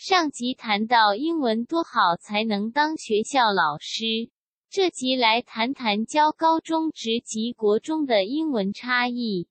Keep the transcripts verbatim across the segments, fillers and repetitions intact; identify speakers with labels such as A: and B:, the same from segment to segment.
A: 上集谈到英文多好才能当学校老师，这集来谈谈教高中职及国中的英文差异。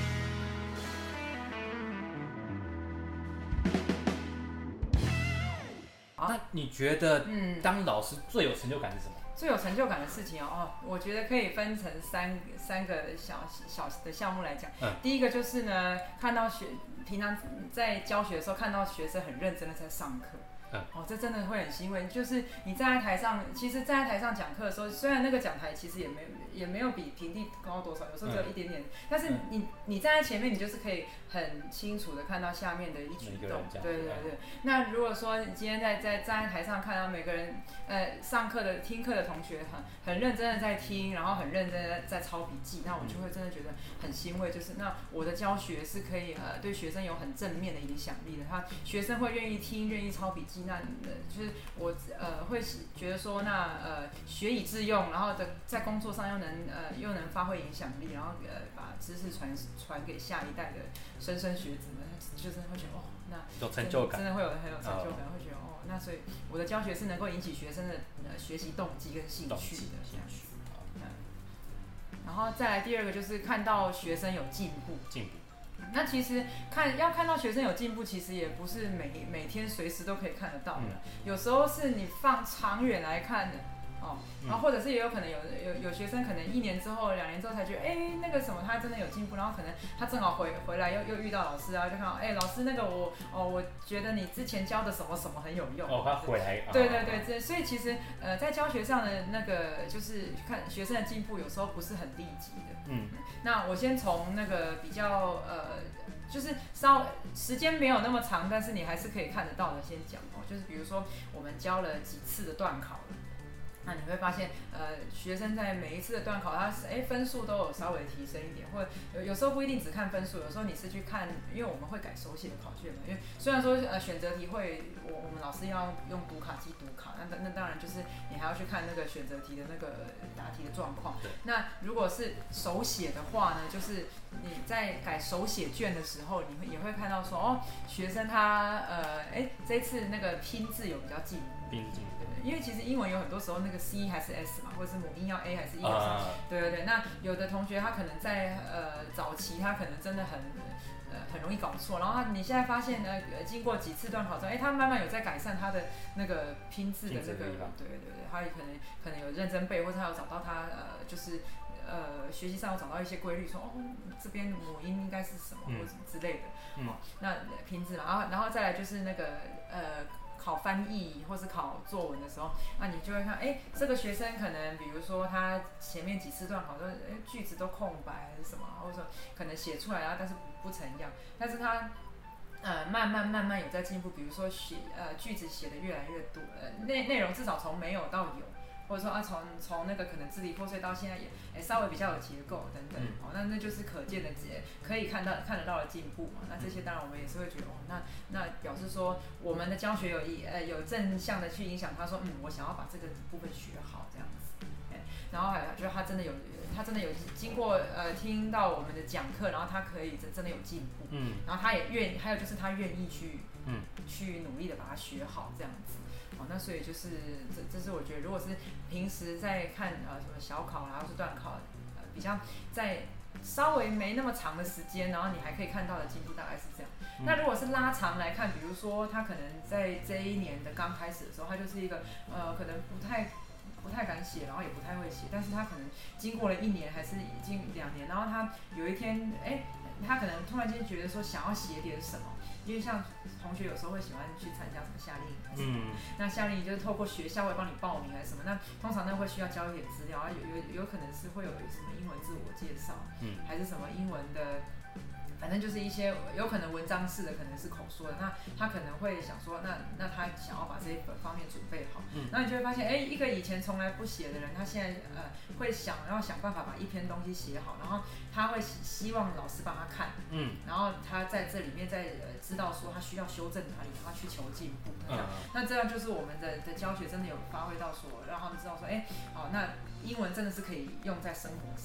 B: 那你觉得，嗯，当老师最有成就感是什么？
C: 最有成就感的事情哦，我觉得可以分成三三个小小的项目来讲。嗯，第一个就是呢，看到学平常在教学的时候，看到学生很认真的在上课。嗯、哦，这真的会很欣慰。就是你站在台上，其实站在台上讲课的时候，虽然那个讲台其实也没也没有比平地高多少，有时候只有一点点，嗯、但是你你站在前面，你就是可以很清楚的看到下面的一举动。对对对。嗯、那如果说你今天在在站在台上看到每个人呃上课的听课的同学很很认真的在听，然后很认真的在抄笔记，那我就会真的觉得很欣慰。就是那我的教学是可以呃对学生有很正面的影响力的，他学生会愿意听，愿意抄笔记。那呃，就是我呃会觉得说，那呃学以致用，然后的在工作上又能呃又能发挥影响力，然后呃把知识传传给下一代的莘莘学子们，就真的会觉得哦，那
B: 有成就感，
C: 真的会有很有成就感，会觉得哦，那所以我的教学是能够引起学生的呃学习动机跟兴趣的这样子。嗯，然后再来第二个就是看到学生有进步，
B: 进步。
C: 那其实看要看到学生有进步，其实也不是每每天随时都可以看得到的。嗯、有时候是你放长远来看的，哦，然后或者是也有可能有有有学生可能一年之后、两年之后才觉得，哎，那个什么他真的有进步，然后可能他正好回回来又又遇到老师啊，就看到，哎，老师那个我哦，我觉得你之前教的什么什么很有用。
B: 哦，他回来。
C: 对对对，这、啊、所以其实呃在教学上的那个就是看学生的进步，有时候不是很立即的。嗯，那我先从那个比较呃。就是稍时间没有那么长，但是你还是可以看得到的。先讲哦，就是比如说我们教了几次的段考了，那你会发现，呃，学生在每一次的段考，他哎分数都有稍微提升一点，或者有有时候不一定只看分数，有时候你是去看，因为我们会改手写的考卷嘛，因为虽然说呃选择题会我我们老师要用读卡机读卡，那那当然就是你还要去看那个选择题的那个答题的状况。那如果是手写的话呢，就是你在改手写卷的时候，你会也会看到说，哦，学生他呃哎这一次那个拼字有比较进步。
B: 拼字。
C: 因为其实英文有很多时候那个 C 还是 S 嘛，或者是母音要 A 还是 E 还是、uh, 对对对。那有的同学他可能在呃早期他可能真的很呃很容易搞错，然后他你现在发现呢，经过几次段考之后，哎，他慢慢有在改善他的那个拼字的那个，对对对，他也可能可能有认真背，或者他有找到他呃就是。呃，学习上有找到一些规律，说哦，这边母音应该是什么，嗯、或者什么之类的。嗯、哦，那拼字嘛，然后然后再来就是那个呃。考翻译或是考作文的时候，那你就会看，哎，这个学生可能，比如说他前面几次段考都，哎，句子都空白还是什么，或者说可能写出来啊，但是不成样，但是他，呃，慢慢慢慢有在进步，比如说写呃句子写的越来越多，呃内内容至少从没有到有。或者说啊，从从那个可能支离破碎到现在也，哎稍微比较有结构等等，嗯、哦，那那就是可见的结，可以看到看得到的进步嘛。那这些当然我们也是会觉得，哦，那那表示说我们的教学有一呃有正向的去影响他说，嗯，我想要把这个部分学好这样子，哎，然后还有就是他真的有他真的有经过呃听到我们的讲课，然后他可以真真的有进步，嗯，然后他也愿，还有就是他愿意去，嗯，去努力的把它学好这样子。哦，那所以就是这，这是我觉得，如果是平时在看呃什么小考啊，或是段考，呃比较在稍微没那么长的时间，然后你还可以看到的进步大概是这样。嗯、那如果是拉长来看，比如说他可能在这一年的刚开始的时候，他就是一个呃可能不太不太敢写，然后也不太会写，但是他可能经过了一年还是已经两年，然后他有一天哎，他可能突然间觉得说想要写点什么。因为像同学有时候会喜欢去参加什么夏令营，嗯，那夏令营就是透过学校会帮你报名还是什么，那通常呢会需要交一点资料，有有有可能是会有什么英文自我介绍，嗯，还是什么英文的。反正就是一些有可能文章式的，可能是口说的。那他可能会想说，那那他想要把这一方面准备好。嗯，然后你就会发现，哎，一个以前从来不写的人，他现在呃会想要想办法把一篇东西写好，然后他会希望老师帮他看。嗯，然后他在这里面再呃知道说他需要修正哪里，然后去求进步。嗯，那这样就是我们的的教学真的有发挥到说，让他们知道说，哎，好，那英文真的是可以用在生活上。是。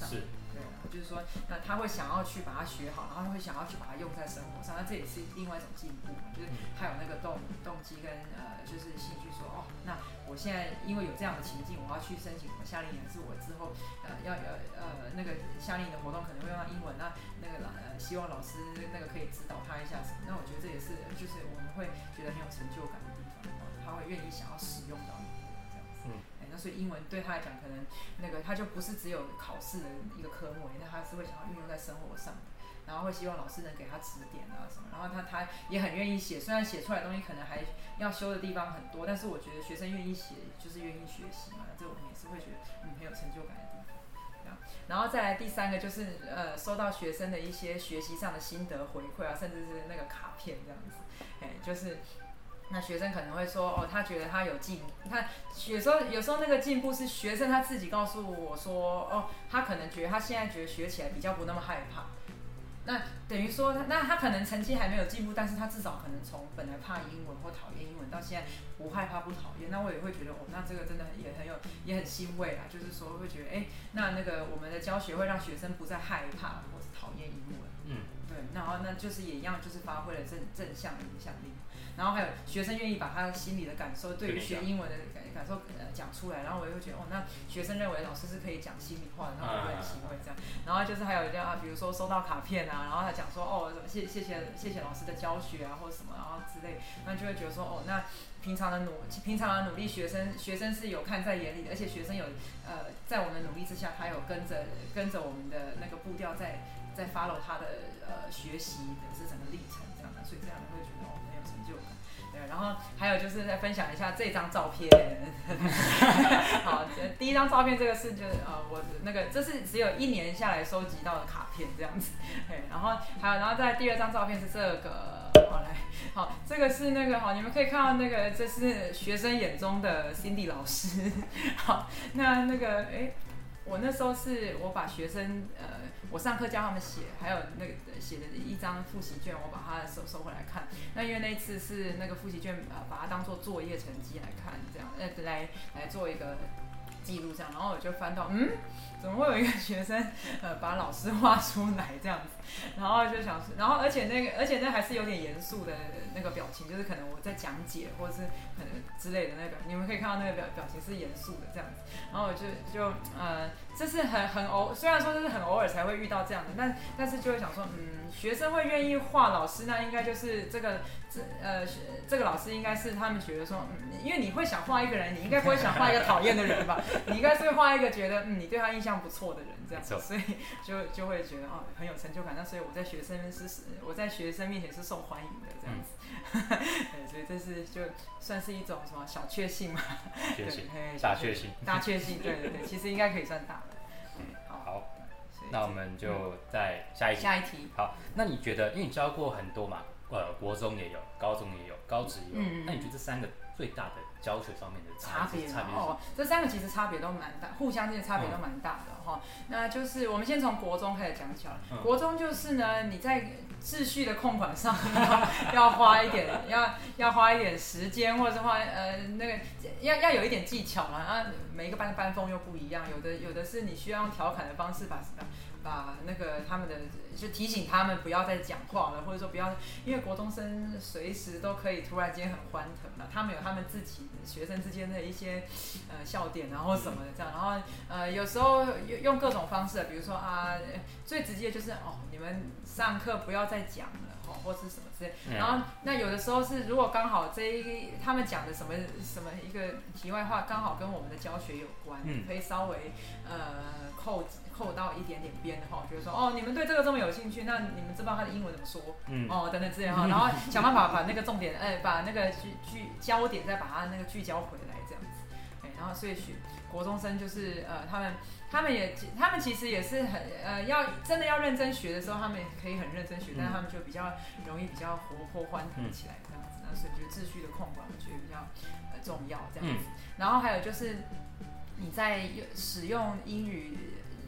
C: 对，就是说，那他会想要去把它学好，然后他会想要去把它用在生活上，那这也是另外一种进步嘛，就是他有那个动动机跟呃，就是兴趣说，哦，那我现在因为有这样的情境，我要去申请什么夏令营，是我之后呃要要呃那个夏令营的活动可能会用到英文，那那个呃希望老师那个可以指导他一下什么，那我觉得这也是就是我们会觉得很有成就感的地方，哦，他会愿意想要使用到你这样子。嗯，哎，那所以英文对他来讲，可能那个他就不是只有考试的一个科目，那他是会想要运用在生活上的。然后会希望老师能给他指点啊什么，然后他他也很愿意写，虽然写出来的东西可能还要修的地方很多，但是我觉得学生愿意写就是愿意学习嘛，这我们也是会觉得嗯很有成就感的地方。然后再来第三个就是呃收到学生的一些学习上的心得回馈啊，甚至是那个卡片这样子，哎，就是那学生可能会说哦，他觉得他有进，他有时候有时候那个进步是学生他自己告诉我说哦，他可能觉得他现在觉得学起来比较不那么害怕。那等于说，那他可能成绩还没有进步，但是他至少可能从本来怕英文或讨厌英文，到现在不害怕、不讨厌。那我也会觉得，哦，那这个真的也很有，也很欣慰啦。就是说，会觉得，哎，那那个我们的教学会让学生不再害怕或是讨厌英文。嗯，对。然后那就是也一样，就是发挥了正正向的影响力。然后还有学生愿意把他心里的感受，对于学英文的感感受呃讲出来，然后我也会觉得哦，那学生认为老师是可以讲心里话的，那我会很欣慰这样。然后就是还有这样，比如说收到卡片啊，然后他讲说哦，谢谢谢谢谢老师的教学啊，或者什么，然后之类，那就会觉得说哦，那平常的努平常的努力，学生学生是有看在眼里的，而且学生有呃在我们的努力之下，他有跟着跟着我们的那个步调在在 follow 他的呃学习的是整个历程这样的，所以这样会觉得哦很有成就感。对，然后还有就是再分享一下这张照片。好，第一张照片这个是就是呃我那个这是只有一年下来收集到的卡片这样子。对，然后还有然后再第二张照片是这个，好来，好这个是那个好你们可以看到那个这是学生眼中的 Cindy 老师。好，那那个哎。我那时候是我把学生呃，我上课教他们写，还有那个写的一张复习卷，我把它收收回来看。那因为那一次是那个复习卷呃，把它当做作业成绩来看，这样呃来来做一个记录这样。然后我就翻到，嗯，怎么会有一个学生呃把老师画出来这样子？然后就想，然后而且那个而且那还是有点严肃的那个表情，就是可能我在讲解或者是可能之类的那个表，你们可以看到那个表表情是严肃的这样子。然后我就就呃，这是很很偶，虽然说这是很偶尔才会遇到这样的，但但是就会想说，嗯，学生会愿意画老师，那应该就是这个这呃这个老师应该是他们觉得说，嗯，因为你会想画一个人，你应该不会想画一个讨厌的人吧？你应该是会画一个觉得嗯你对他印象不错的人这样子，所以就就会觉得哦很有成就感。那所以我在学生是我在学生面前是受欢迎的这样子。对，所以这是就算是一种什么小确幸嘛？
B: 确幸，大确幸，
C: 大确幸，对对对，其实应该可以算大的。
B: 嗯，好，那我们就再下一题。
C: 下一题。
B: 好，那你觉得，因为你教过很多嘛，呃，国中也有，高中也有，高职也有，嗯、那你觉得这三个最大的教学上面的
C: 差别
B: 差别
C: 哦，这三个其实差别都蛮大，互相之间差别都蛮大的哈、哦。那就是我们先从国中开始讲起来、嗯。国中就是呢，你在秩序的控管上要, 要花一点，要要花一点时间，或者是花呃那个要要有一点技巧嘛。啊，每一个班的班风又不一样，有的有的是你需要用调侃的方式把把那个他们的就提醒他们不要再讲话了，或者说不要，因为国中生随时都可以突然间很欢腾了，他们有他们自己学生之间的一些呃笑点然后什么的这样，然后呃有时候用各种方式，比如说啊最直接就是哦你们上课不要再讲了。或是什么之类，然后那有的时候是如果刚好这一他们讲的什么什么一个题外话刚好跟我们的教学有关，嗯、可以稍微呃扣扣到一点点边的话，比如说哦你们对这个这么有兴趣，那你们知道它的英文怎么说？嗯、哦等等之类哈，然后想办法把那个重点，哎、呃、把那个聚聚焦点再把它那个聚焦回来这样子，哎然后所以学国中生就是呃他们。他们也，他们其实也是很呃，要真的要认真学的时候，他们也可以很认真学，嗯、但是他们就比较容易比较活泼欢腾起来这样子，那所以就秩序的控管，我觉得比较呃重要这样子。嗯、然后还有就是你在使用英语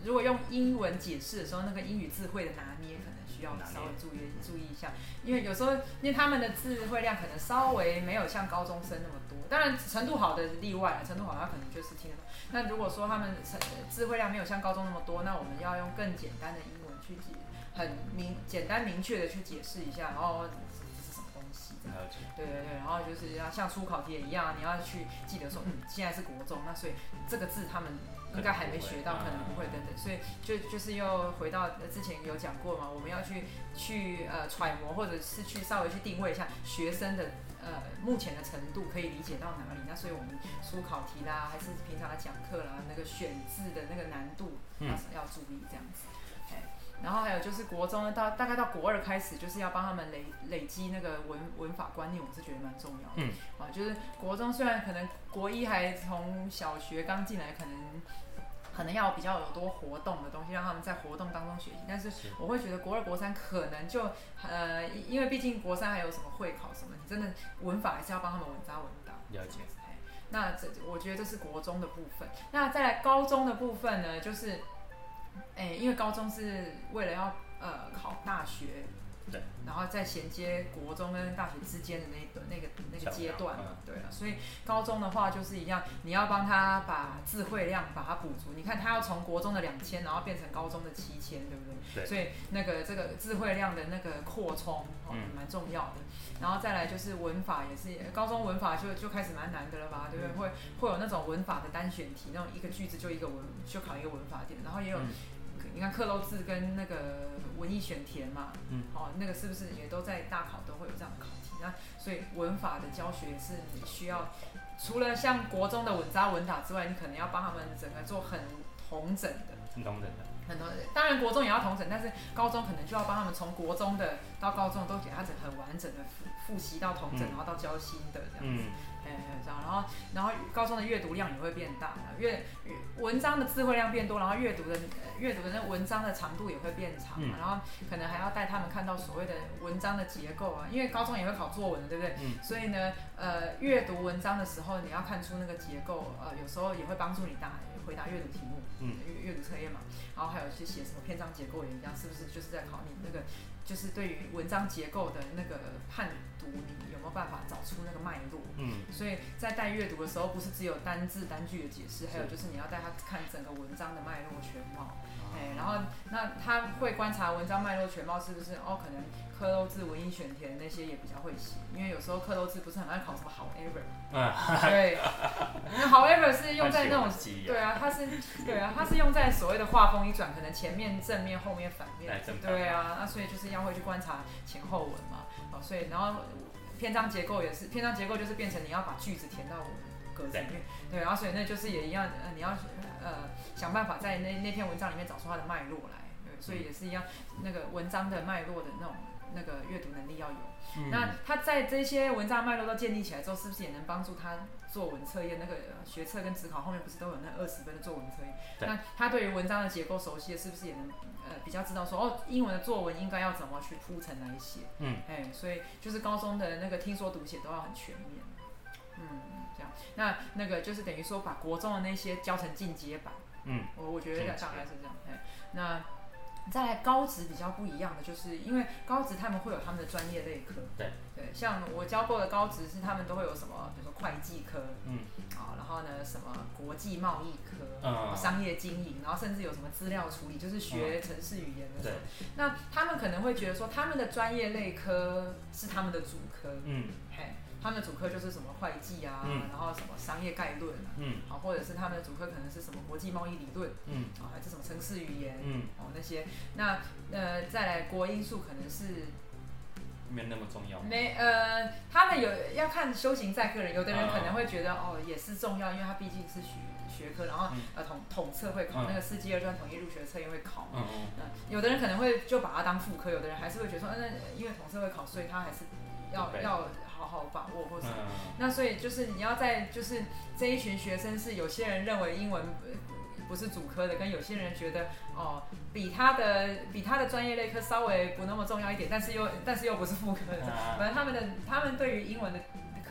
C: 如果用英文解释的时候，那个英语字汇的拿捏可能需要稍微注意注意一下，因为有时候因为他们的字汇量可能稍微没有像高中生那么多，当然程度好的例外了，程度好他可能就是听得懂。那如果说他们字汇量没有像高中那么多，那我们要用更简单的英文去解，很明简单明确的去解释一下，然后这是什么东西这样。对对对，然后就是要像出考题也一样，你要去记得说，嗯，现在是国中，那所以这个字他们应该还没学到，可能不会等等，所以就就是又回到之前有讲过嘛，我们要去去呃揣摩，或者是去稍微去定位一下学生的呃目前的程度可以理解到哪里。那所以我们出考题啦，还是平常的讲课啦，那个选字的那个难度要要注意这样子。然后还有就是国中呢，到大概到国二开始，就是要帮他们累累积那个文文法观念，我是觉得蛮重要的。嗯，啊，就是国中虽然可能国一还从小学刚进来，可能可能要比较有多活动的东西，让他们在活动当中学习。但是我会觉得国二、国三可能就呃，因为毕竟国三还有什么会考什么，你真的文法还是要帮他们稳扎稳打。
B: 了解。
C: 那这我觉得这是国中的部分。那再来高中的部分呢，就是。哎、欸，因为高中是为了要呃考大学，
B: 对，
C: 然后再衔接国中跟大学之间的那个那个那个阶段嘛，对了，所以高中的话就是一样，你要帮他把字汇量把它补足。你看他要从国中的两千，然后变成高中的七千，对不对？
B: 对。
C: 所以那个这个字汇量的那个扩充哦，蛮、嗯、重要的。然后再来就是文法也是，高中文法就就开始蛮难的了吧，对不对？嗯、会会有那种文法的单选题，那种一个句子就一个文就考一个文法点，然后也有。嗯，你看克漏字跟那个文意选填嘛，嗯，哦，那个是不是也都在大考都会有这样的考题？那所以文法的教学也是你需要，除了像国中的稳扎稳打之外，你可能要帮他们整个做很统整的，
B: 很统整的，
C: 很统整。当然国中也要统整，但是高中可能就要帮他们从国中的到高中都给他整很完整的复复习到统整，嗯、然后到教新的这样子。嗯哎，这样，然后，然后高中的阅读量也会变大，阅文章的字汇量变多，然后阅读的阅读的那文章的长度也会变长，嗯、然后可能还要带他们看到所谓的文章的结构啊，因为高中也会考作文，对不对？嗯、所以呢，呃，阅读文章的时候，你要看出那个结构，呃，有时候也会帮助你答回答阅读题目，嗯，阅读测验嘛，然后还有一些写什么篇章结构也一样，是不是就是在考你那个？就是对于文章结构的那个判读，你有没有办法找出那个脉络？嗯，所以在带阅读的时候，不是只有单字单句的解释，还有就是你要带他看整个文章的脉络全貌。哎、哦，然后那他会观察文章脉络全貌是不是？哦，可能克漏字、文意选填那些也比较会写，因为有时候克漏字不是很爱考什么 however， 嗯，对，那 however 是用在那种，对啊，它是，对啊，它是用在所谓的画风一转，可能前面正面、后面反面，对啊，那所以就是要会去观察前后文嘛，哦，所以然后篇章结构也是，篇章结构就是变成你要把句子填到格子里面，对，然后所以那就是也一样，呃，你要呃想办法在那那篇文章里面找出它的脉络来，对，所以也是一样，那个文章的脉络的那种。那个阅读能力要有，嗯、那他在这些文章脉络都建立起来之后，是不是也能帮助他作文测验？那个学测跟指考后面不是都有那二十分的作文测验？那他对于文章的结构熟悉，是不是也能呃比较知道说哦，英文的作文应该要怎么去铺陈来写？嗯，哎，所以就是高中的那个听说读写都要很全面。嗯，这样，那那个就是等于说把国中的那些教成进阶版。嗯，我我觉得大概是这样。哎，那。再来高职比较不一样的，就是因为高职他们会有他们的专业类科，
B: 对
C: 对，像我教过的高职是他们都会有什么，比如说会计科，嗯，啊，然后呢什么国际贸易科，嗯，商业经营，然后甚至有什么资料处理，就是学程式语言的时候，嗯、那他们可能会觉得说他们的专业类科是他们的主科，嗯，嘿。他们的主科就是什么会计啊，嗯、然后什么商业概论啊，嗯、啊，或者是他们的主科可能是什么国际贸易理论，嗯、啊，还是什么程式语言，嗯、哦那些，那呃再来国英数可能是
B: 没那么重要，
C: 没呃，他们有要看修行在个人，有的人可能会觉得、嗯、哦也是重要，因为他毕竟是学学科，然后、嗯、呃统统测会考、嗯、那个世纪二专统一入学测验会考，嗯嗯、呃，有的人可能会就把它当副科，有的人还是会觉得说，嗯、呃，因为统测会考，所以他还是要要。好好把握或什么，嗯、那所以就是你要在就是这一群学生是有些人认为英文不是主科的，跟有些人觉得哦比他的比他的专业类科稍微不那么重要一点，但是又但是又不是副科的，反正他们的他们对于英文的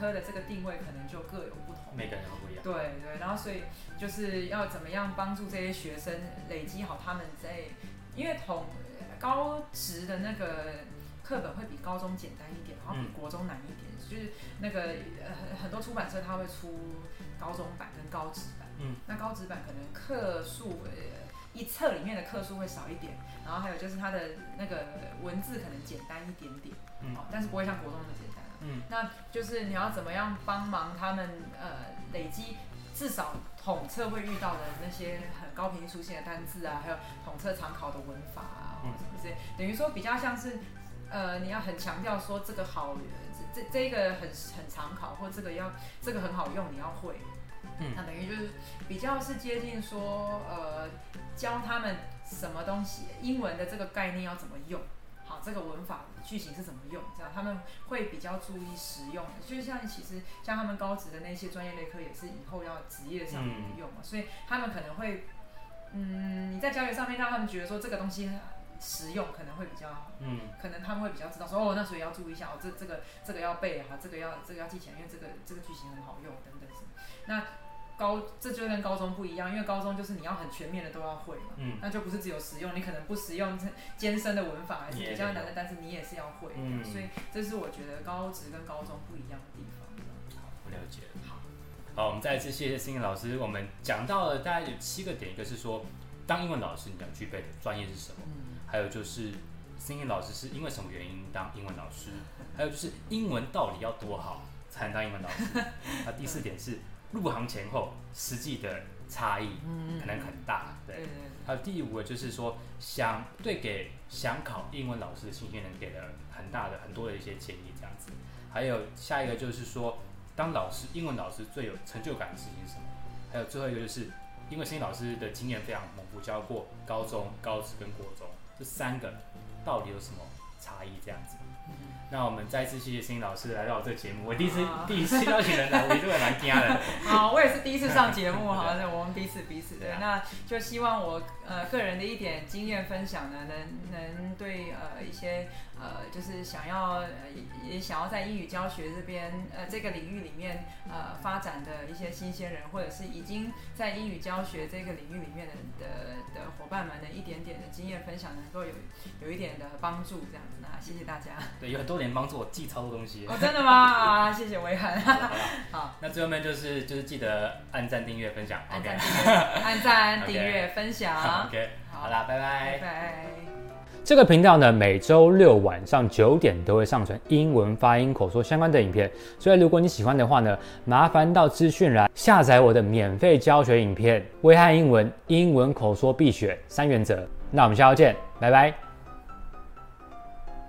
C: 科的这个定位可能就各有不同，
B: 每个人都不一样。
C: 对对，然后所以就是要怎么样帮助这些学生累积好他们在，因为同高职的那个课本会比高中简单一点，然后比国中难一点，嗯、就是那个呃很多出版社它会出高中版跟高职版，嗯，那高职版可能课数呃一册里面的课数会少一点，然后还有就是它的那个文字可能简单一点点，嗯，但是不会像国中那么简单，嗯，那就是你要怎么样帮忙他们呃累积至少统测会遇到的那些很高频率出现的单字啊，还有统测常考的文法啊，或者什么之类，等于说比较像是。呃，你要很强调说这个好，这这这个很很常考，或这个要这个很好用，你要会。嗯，那等于就是比较是接近说，呃，教他们什么东西，英文的这个概念要怎么用，好，这个文法句型是怎么用，这样他们会比较注意实用。就像其实像他们高职的那些专业类科也是以后要职业上用嘛，嗯、所以他们可能会，嗯，你在教学上面让他们觉得说这个东西。实用可能会比较好，嗯，可能他们会比较知道说哦，那所以要注意一下哦，这这个这个要背哈，这个要这个要记起来，因为这个这个句型很好用等等什么。那高这就跟高中不一样，因为高中就是你要很全面的都要会嘛，嗯，那就不是只有实用，你可能不实用艰深的文法还是比较难的单词，你也是要会，嗯，所以这是我觉得高职跟高中不一样的地方。
B: 好，我了解了。好，好，我们再一次谢谢欣颖老师，我们讲到了大概有七个点，一个是说当英文老师你要具备的专业是什么。嗯，还有就是欣颖老师是因为什么原因当英文老师？还有就是英文到底要多好才能当英文老师？那第四点是入行前后实际的差异可能很大，对。还有第五个就是说，想对给想考英文老师的新鲜人给了很大的很多的一些建议，这样子。还有下一个就是说，当老师英文老师最有成就感的事情是什么？还有最后一个就是，因为欣颖老师的经验非常丰富，教过高中、高职跟国中。这三个到底有什么差异？这样子，嗯、那我们再次谢谢欣颖老师来到我这个节目。我第一次、啊、第一次邀请人来，我一直也蛮惊的。
C: 好，我也是第一次上节目哈，我们彼此彼此对，那就希望我呃个人的一点经验分享呢，能能对呃一些呃就是想要、呃、也想要在英语教学这边呃这个领域里面呃发展的一些新鲜人，或者是已经在英语教学这个领域里面的的的伙伴们的一点点的经验分享，能够有有一点的帮助，这样子。那谢谢大家。
B: 对，有很多人帮助我记超多东西。
C: 哦，真的吗？啊，谢谢威涵。
B: 好，那最后面就是就是记得按赞、订阅、分享。
C: 按赞、订阅、按赞、订阅、分享。
B: OK， 好啦，拜拜。
C: 拜拜。
D: 这个频道呢，每周六晚上九点都会上传英文发音口说相关的影片，所以如果你喜欢的话呢，麻烦到资讯栏下载我的免费教学影片《威翰英文英文口说必学三原则》。那我们下周见，拜拜。